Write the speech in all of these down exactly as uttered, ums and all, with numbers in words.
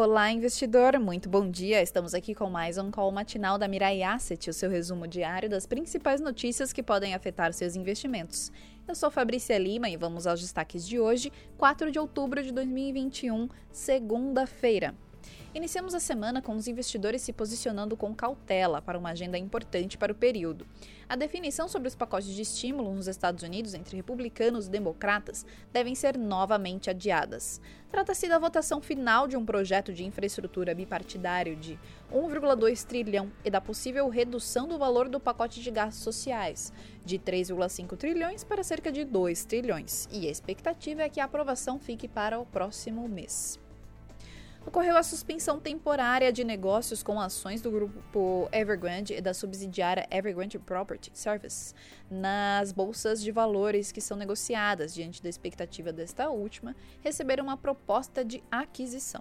Olá, investidor! Muito bom dia! Estamos aqui com mais um call matinal da Mirai Asset, o seu resumo diário das principais notícias que podem afetar seus investimentos. Eu sou Fabrícia Lima e vamos aos destaques de hoje, quatro de outubro de dois mil e vinte e um, segunda-feira. Iniciamos a semana com os investidores se posicionando com cautela para uma agenda importante para o período. A definição sobre os pacotes de estímulo nos Estados Unidos entre republicanos e democratas devem ser novamente adiadas. Trata-se da votação final de um projeto de infraestrutura bipartidário de um vírgula dois trilhão e da possível redução do valor do pacote de gastos sociais, de três vírgula cinco trilhões para cerca de dois trilhões, e a expectativa é que a aprovação fique para o próximo mês. Ocorreu a suspensão temporária de negócios com ações do grupo Evergrande e da subsidiária Evergrande Property Services nas bolsas de valores que são negociadas diante da expectativa desta última receber uma proposta de aquisição.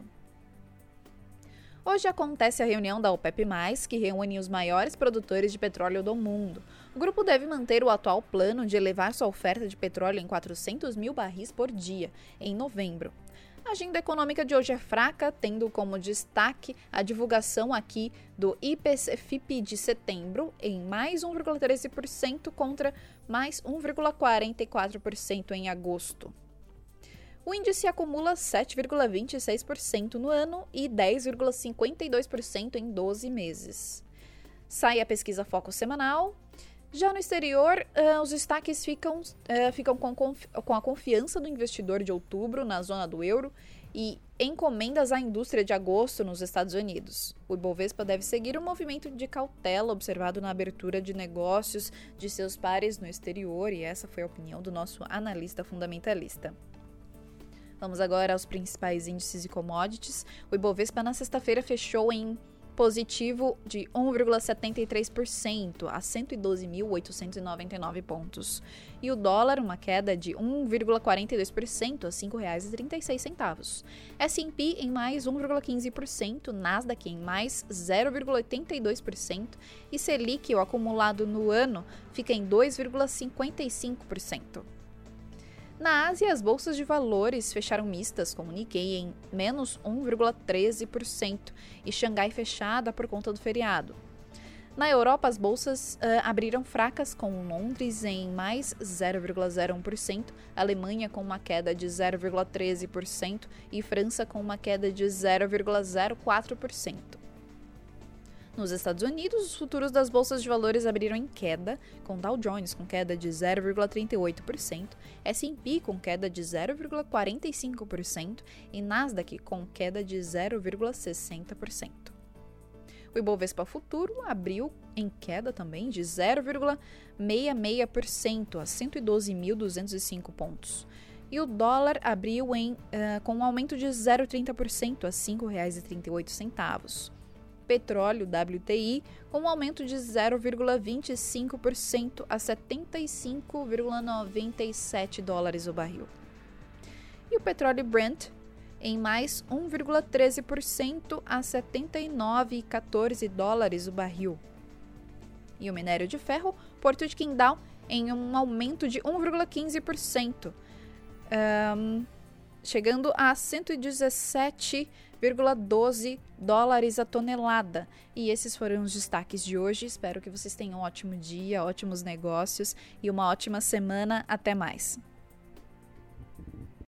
Hoje acontece a reunião da OPEP mais, que reúne os maiores produtores de petróleo do mundo. O grupo deve manter o atual plano de elevar sua oferta de petróleo em quatrocentos mil barris por dia, em novembro. A agenda econômica de hoje é fraca, tendo como destaque a divulgação aqui do I P C F I P de setembro em mais um vírgula treze por cento contra mais um vírgula quarenta e quatro por cento em agosto. O índice acumula sete vírgula vinte e seis por cento no ano e dez vírgula cinquenta e dois por cento em doze meses. Sai a pesquisa Foco semanal. Já no exterior, uh, os destaques ficam, uh, ficam com, confi- com a confiança do investidor de outubro na zona do euro e encomendas à indústria de agosto nos Estados Unidos. O Ibovespa deve seguir o movimento de cautela observado na abertura de negócios de seus pares no exterior, e essa foi a opinião do nosso analista fundamentalista. Vamos agora aos principais índices e commodities. O Ibovespa na sexta-feira fechou em positivo de um vírgula setenta e três por cento a cento e doze mil oitocentos e noventa e nove pontos. E o dólar, uma queda de um vírgula quarenta e dois por cento a cinco reais e trinta e seis centavos. S e P em mais um vírgula quinze por cento, Nasdaq em mais zero vírgula oitenta e dois por cento e Selic, o acumulado no ano, fica em dois vírgula cinquenta e cinco por cento. Na Ásia, as bolsas de valores fecharam mistas, com o Nikkei em menos um vírgula treze por cento e Xangai fechada por conta do feriado. Na Europa, as bolsas uh, abriram fracas, com Londres em mais zero vírgula zero um por cento, Alemanha com uma queda de zero vírgula treze por cento e França com uma queda de zero vírgula zero quatro por cento. Nos Estados Unidos, os futuros das bolsas de valores abriram em queda, com Dow Jones com queda de zero vírgula trinta e oito por cento, S e P com queda de zero vírgula quarenta e cinco por cento e Nasdaq com queda de zero vírgula sessenta por cento. O Ibovespa Futuro abriu em queda também de zero vírgula sessenta e seis por cento a cento e doze mil duzentos e cinco pontos. E o dólar abriu em, uh, com um aumento de zero vírgula trinta por cento a cinco reais e trinta e oito centavos. Petróleo W T I com um aumento de zero vírgula vinte e cinco por cento a setenta e cinco vírgula noventa e sete dólares o barril. E o petróleo Brent em mais um vírgula treze por cento a setenta e nove vírgula quatorze dólares o barril. E o minério de ferro, Porto de Qingdao, em um aumento de um vírgula quinze por cento, um, chegando a cento e dezessete vírgula doze dólares a tonelada. E esses foram os destaques de hoje. Espero que vocês tenham um ótimo dia, ótimos negócios e uma ótima semana. Até mais!